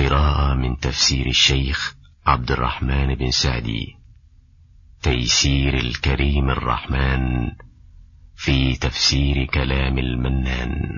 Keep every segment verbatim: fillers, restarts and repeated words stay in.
قراءة من تفسير الشيخ عبد الرحمن بن سعدي، تيسير الكريم الرحمن في تفسير كلام المنان.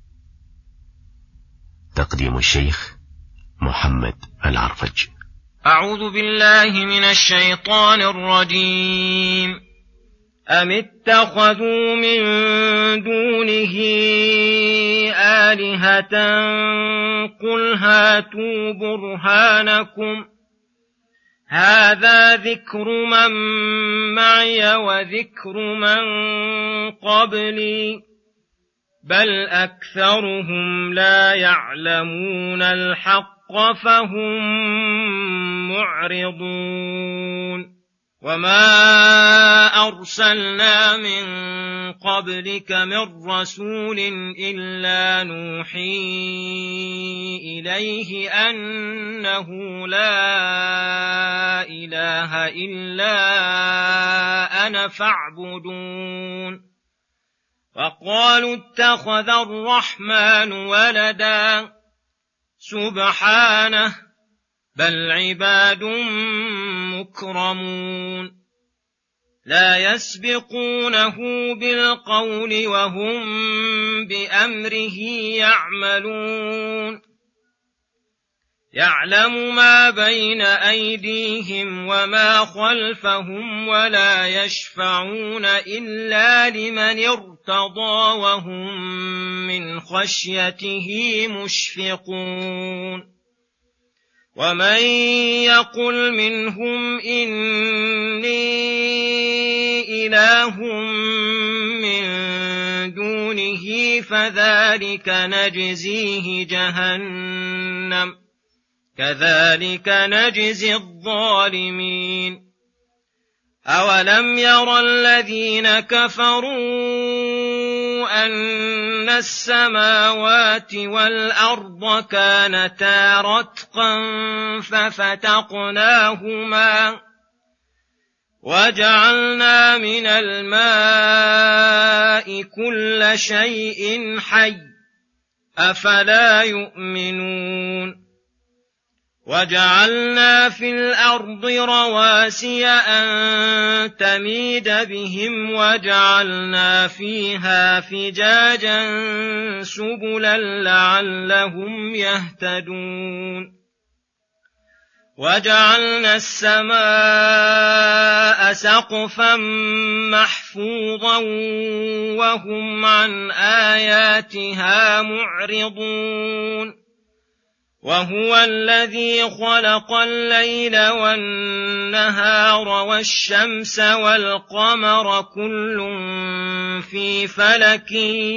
تقديم الشيخ محمد العرفج. أعوذ بالله من الشيطان الرجيم. أم اتخذوا من دونه آلهة قل هاتوا برهانكم هذا ذكر من معي وذكر من قبلي بل أكثرهم لا يعلمون الحق فهم معرضون. وما أرسلنا من قبلك من رسول إلا نوحي إليه أنه لا إله إلا أنا فاعبدون. وقالوا اتخذ الرحمن ولدا سبحانه بل عباد مكرمون لا يسبقونه بالقول وهم بأمره يعملون. يعلم ما بين أيديهم وما خلفهم ولا يشفعون إلا لمن ارتضى وهم من خشيته مشفقون. ومن يقل منهم إني إله من دونه فذلك نجزيه جهنم كذلك نجزي الظالمين. أولم ير الذين كفروا أن السماوات والأرض كانتا رتقا ففتقناهما وجعلنا من الماء كل شيء حي أفلا يؤمنون. وجعلنا في الأرض رواسي أن تميد بهم وجعلنا فيها فجاجا سبلا لعلهم يهتدون. وجعلنا السماء سقفا محفوظا وهم عن آياتها معرضون. وهو الذي خلق الليل والنهار والشمس والقمر كل في فلك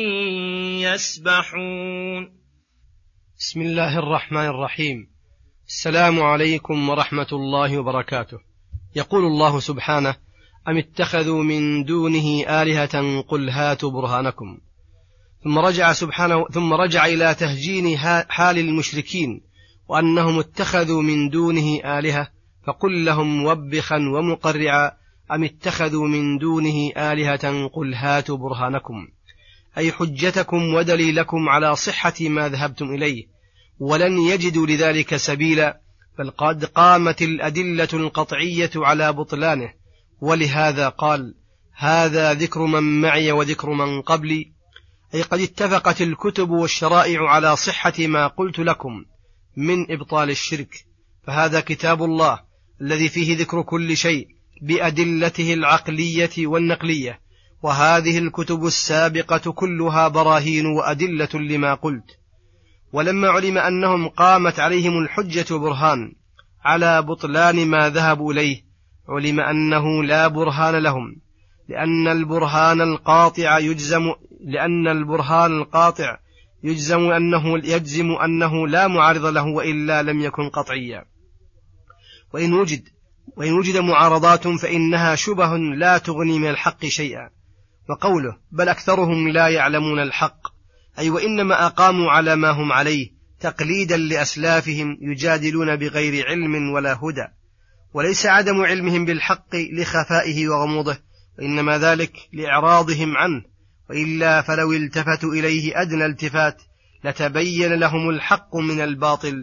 يسبحون. بسم الله الرحمن الرحيم. السلام عليكم ورحمة الله وبركاته. يقول الله سبحانه: أم اتخذوا من دونه آلهة قل هاتوا برهانكم. ثم رجع سبحانه ثم رجع إلى تهجين حال المشركين وأنهم اتخذوا من دونه آلهة، فقل لهم موبخا ومقرعا: أم اتخذوا من دونه آلهة قل هاتوا برهانكم، أي حجتكم ودليلكم على صحة ما ذهبتم إليه، ولن يجدوا لذلك سبيلا، بل قد قامت الأدلة القطعية على بطلانه. ولهذا قال: هذا ذكر من معي وذكر من قبلي، أي قد اتفقت الكتب والشرائع على صحة ما قلت لكم من إبطال الشرك. فهذا كتاب الله الذي فيه ذكر كل شيء بأدلته العقلية والنقلية، وهذه الكتب السابقة كلها براهين وأدلة لما قلت. ولما علم أنهم قامت عليهم الحجة برهان على بطلان ما ذهبوا إليه، علم أنه لا برهان لهم، لأن البرهان القاطع يجزم لأن البرهان القاطع يجزم أنه يجزم أنه لا معارض له وإلا لم يكن قطعيا. وإن وجد وإن وجد معارضات فإنها شبه لا تغني من الحق شيئا. وقوله بل أكثرهم لا يعلمون الحق، أي وإنما أقاموا على ما هم عليه تقليدا لأسلافهم يجادلون بغير علم ولا هدى، وليس عدم علمهم بالحق لخفائه وغموضه، وإنما ذلك لإعراضهم عنه، وإلا فلو التفتوا إليه أدنى التفات لتبين لهم الحق من الباطل،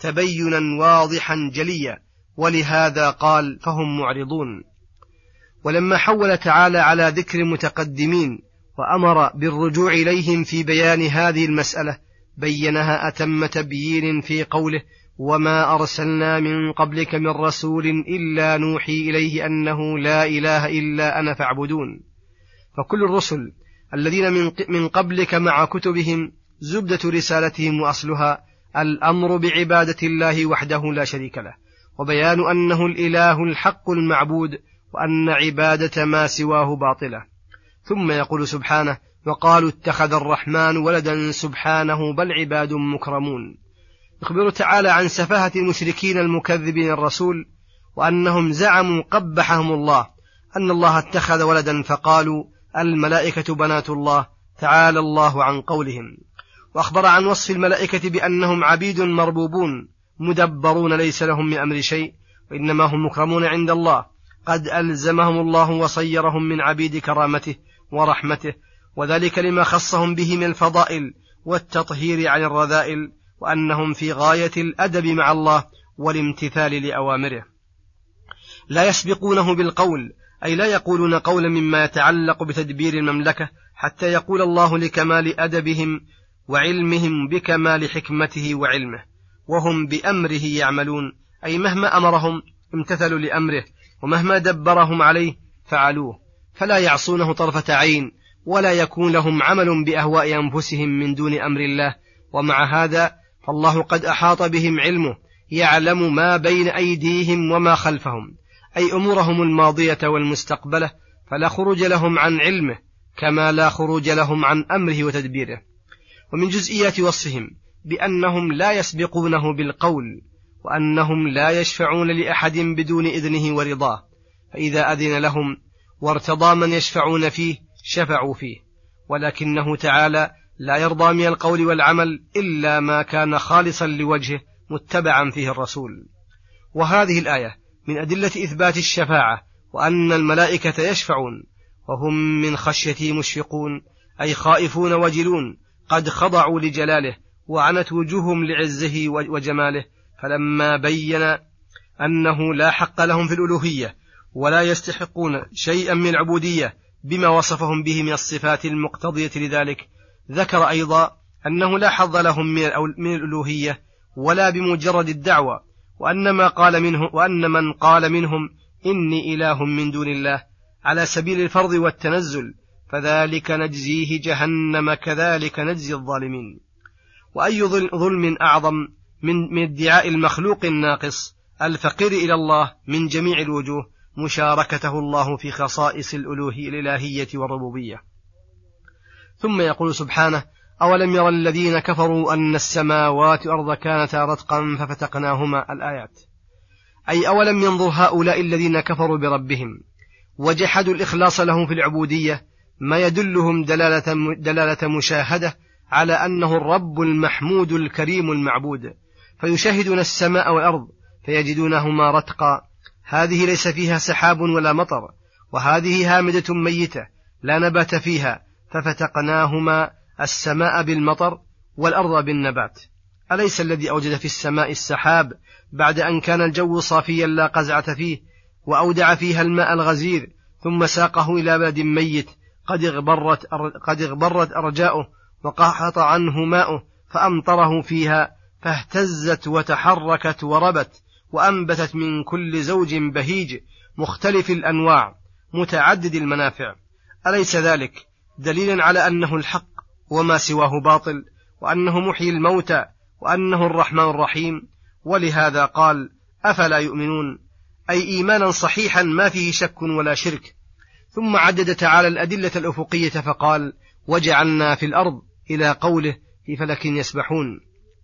تبينا واضحا جليا، ولهذا قال فهم معرضون. ولما حول تعالى على ذكر المتقدمين وأمر بالرجوع إليهم في بيان هذه المسألة بينها أتم تبيين في قوله وما أرسلنا من قبلك من رسول إلا نوحي إليه أنه لا إله إلا أنا فاعبدون. فكل الرسل الذين من قبلك مع كتبهم زبدة رسالتهم وأصلها الأمر بعبادة الله وحده لا شريك له، وبيان أنه الإله الحق المعبود، وأن عبادة ما سواه باطلة. ثم يقول سبحانه وقالوا اتخذ الرحمن ولدا سبحانه بل عباد مكرمون. يخبر تعالى عن سفاهة المشركين المكذبين الرسول، وأنهم زعموا قبحهم الله أن الله اتخذ ولدا، فقالوا الملائكة بنات الله تعالى الله عن قولهم. وأخبر عن وصف الملائكة بأنهم عبيد مربوبون مدبرون ليس لهم من أمر شيء، وإنما هم مكرمون عند الله، قد ألزمهم الله وصيرهم من عبيد كرامته ورحمته، وذلك لما خصهم به من الفضائل والتطهير عن الرذائل، وأنهم في غاية الأدب مع الله والامتثال لأوامره. لا يسبقونه بالقول، أي لا يقولون قولا مما يتعلق بتدبير المملكة حتى يقول الله لكمال أدبهم وعلمهم بكمال حكمته وعلمه، وهم بأمره يعملون، أي مهما أمرهم امتثلوا لأمره، ومهما دبرهم عليه فعلوه، فلا يعصونه طرفة عين، ولا يكون لهم عمل بأهواء أنفسهم من دون أمر الله. ومع هذا فالله قد أحاط بهم علمه، يعلم ما بين أيديهم وما خلفهم، أي أمورهم الماضية والمستقبلة، فلا خروج لهم عن علمه كما لا خروج لهم عن أمره وتدبيره. ومن جزئيات وصفهم بأنهم لا يسبقونه بالقول، وأنهم لا يشفعون لأحد بدون إذنه ورضاه، فإذا أذن لهم وارتضى من يشفعون فيه شفعوا فيه، ولكنه تعالى لا يرضى من القول والعمل إلا ما كان خالصا لوجهه متبعا فيه الرسول. وهذه الآية من أدلة إثبات الشفاعة، وأن الملائكة يشفعون وهم من خشيته مشفقون، أي خائفون وجلون، قد خضعوا لجلاله وعنت وجوههم لعزه وجماله. فلما بين أنه لا حق لهم في الألوهية ولا يستحقون شيئا من العبودية بما وصفهم به من الصفات المقتضية لذلك، ذكر أيضا أنه لا حظ لهم من الألوهية ولا بمجرد الدعوة، وأن, ما قال منه وأن من قال منهم إني إله من دون الله على سبيل الفرض والتنزل فذلك نجزيه جهنم كذلك نجزي الظالمين. وأي ظلم أعظم من ادعاء المخلوق الناقص الفقير إلى الله من جميع الوجوه مشاركته الله في خصائص الألوهية الإلهية والربوبية. ثم يقول سبحانه أولم يرى الذين كفروا أن السماوات والأرض كانتا رتقا ففتقناهما، الآيات. أي أولم ينظر هؤلاء الذين كفروا بربهم وجحدوا الإخلاص لهم في العبودية ما يدلهم دلالة, دلالة مشاهدة على أنه الرب المحمود الكريم المعبود، فيشاهدون السماء والأرض فيجدونهما رتقا، هذه ليس فيها سحاب ولا مطر، وهذه هامدة ميتة لا نبات فيها، ففتقناهما السماء بالمطر والأرض بالنبات. أليس الذي أوجد في السماء السحاب بعد أن كان الجو صافيا لا قزعة فيه، وأودع فيها الماء الغزير ثم ساقه إلى بلد ميت قد اغبرت, قد اغبرت أرجاؤه وقحط عنه ماؤه فأمطره فيها فاهتزت وتحركت وربت وأنبتت من كل زوج بهيج مختلف الأنواع متعدد المنافع. أليس ذلك دليلا على أنه الحق وما سواه باطل، وأنه محيي الموتى، وأنه الرحمن الرحيم؟ ولهذا قال أفلا يؤمنون، أي إيمانا صحيحا ما فيه شك ولا شرك. ثم عدد تعالى الأدلة الأفقية فقال وجعلنا في الأرض إلى قوله في فلك يسبحون،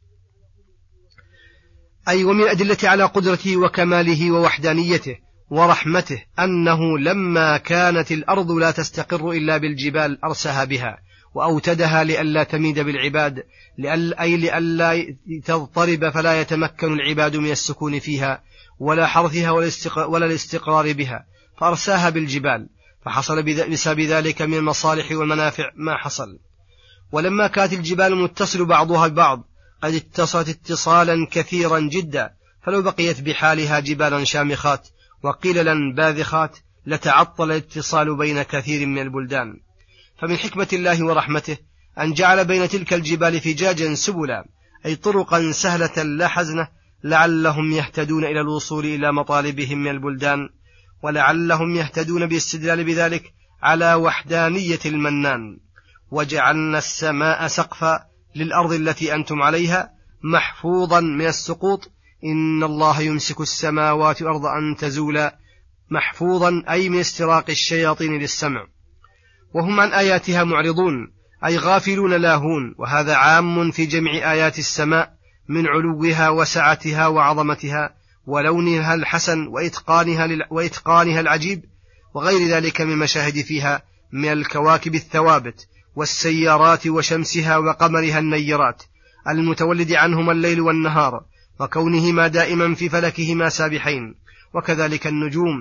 أي ومن أدلة على قدرته وكماله ووحدانيته ورحمته أنه لما كانت الأرض لا تستقر إلا بالجبال أرسها بها وأوتدها لئلا تميد بالعباد، أي لئلا تضطرب فلا يتمكن العباد من السكون فيها ولا حرثها ولا الاستقرار بها، فأرساها بالجبال، فحصل بسبب ذلك من المصالح والمنافع ما حصل. ولما كانت الجبال متصل بعضها ببعض قد اتصلت اتصالا كثيرا جدا، فلو بقيت بحالها جبالا شامخات وقللا باذخات لتعطل الاتصال بين كثير من البلدان. فمن حكمة الله ورحمته أن جعل بين تلك الجبال فجاجا سبلا، أي طرقا سهلة لا حزنة، لعلهم يهتدون إلى الوصول إلى مطالبهم من البلدان، ولعلهم يهتدون بالاستدلال بذلك على وحدانية المنان. وجعلنا السماء سقفا للأرض التي أنتم عليها محفوظا من السقوط، إن الله يمسك السماوات والأرض أن تزولا، محفوظا أي من استراق الشياطين للسمع. وهم عن آياتها معرضون، أي غافلون لاهون، وهذا عام في جميع آيات السماء من علوها وسعتها وعظمتها ولونها الحسن وإتقانها, وإتقانها العجيب، وغير ذلك من مشاهد فيها من الكواكب الثوابت والسيارات وشمسها وقمرها النيرات المتولد عنهما الليل والنهار، وكونهما دائما في فلكهما سابحين، وكذلك النجوم،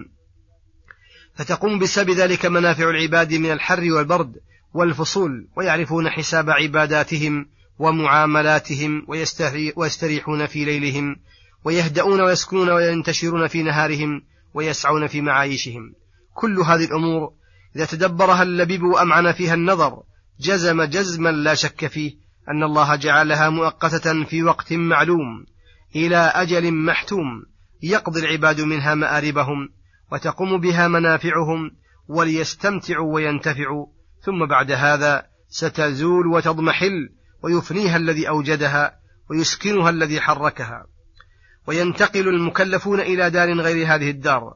فتقوم بسبب ذلك منافع العباد من الحر والبرد والفصول، ويعرفون حساب عباداتهم ومعاملاتهم، ويستريحون في ليلهم، ويهدؤون ويسكنون وينتشرون في نهارهم، ويسعون في معايشهم. كل هذه الأمور إذا تدبرها اللبيب وأمعن فيها النظر جزم جزما لا شك فيه أن الله جعلها مؤقتة في وقت معلوم إلى أجل محتوم، يقضي العباد منها مآربهم وتقوم بها منافعهم وليستمتعوا وينتفعوا، ثم بعد هذا ستزول وتضمحل، ويفنيها الذي أوجدها ويسكنها الذي حركها، وينتقل المكلفون إلى دار غير هذه الدار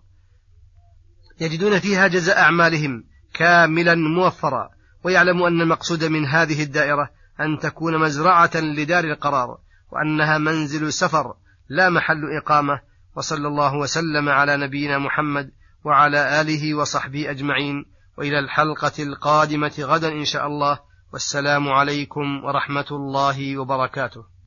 يجدون فيها جزاء أعمالهم كاملا موفرا، ويعلم أن المقصود من هذه الدائرة أن تكون مزرعة لدار القرار، وأنها منزل سفر لا محل إقامة. وصلى الله وسلم على نبينا محمد وعلى آله وصحبه أجمعين، وإلى الحلقة القادمة غدا إن شاء الله، والسلام عليكم ورحمة الله وبركاته.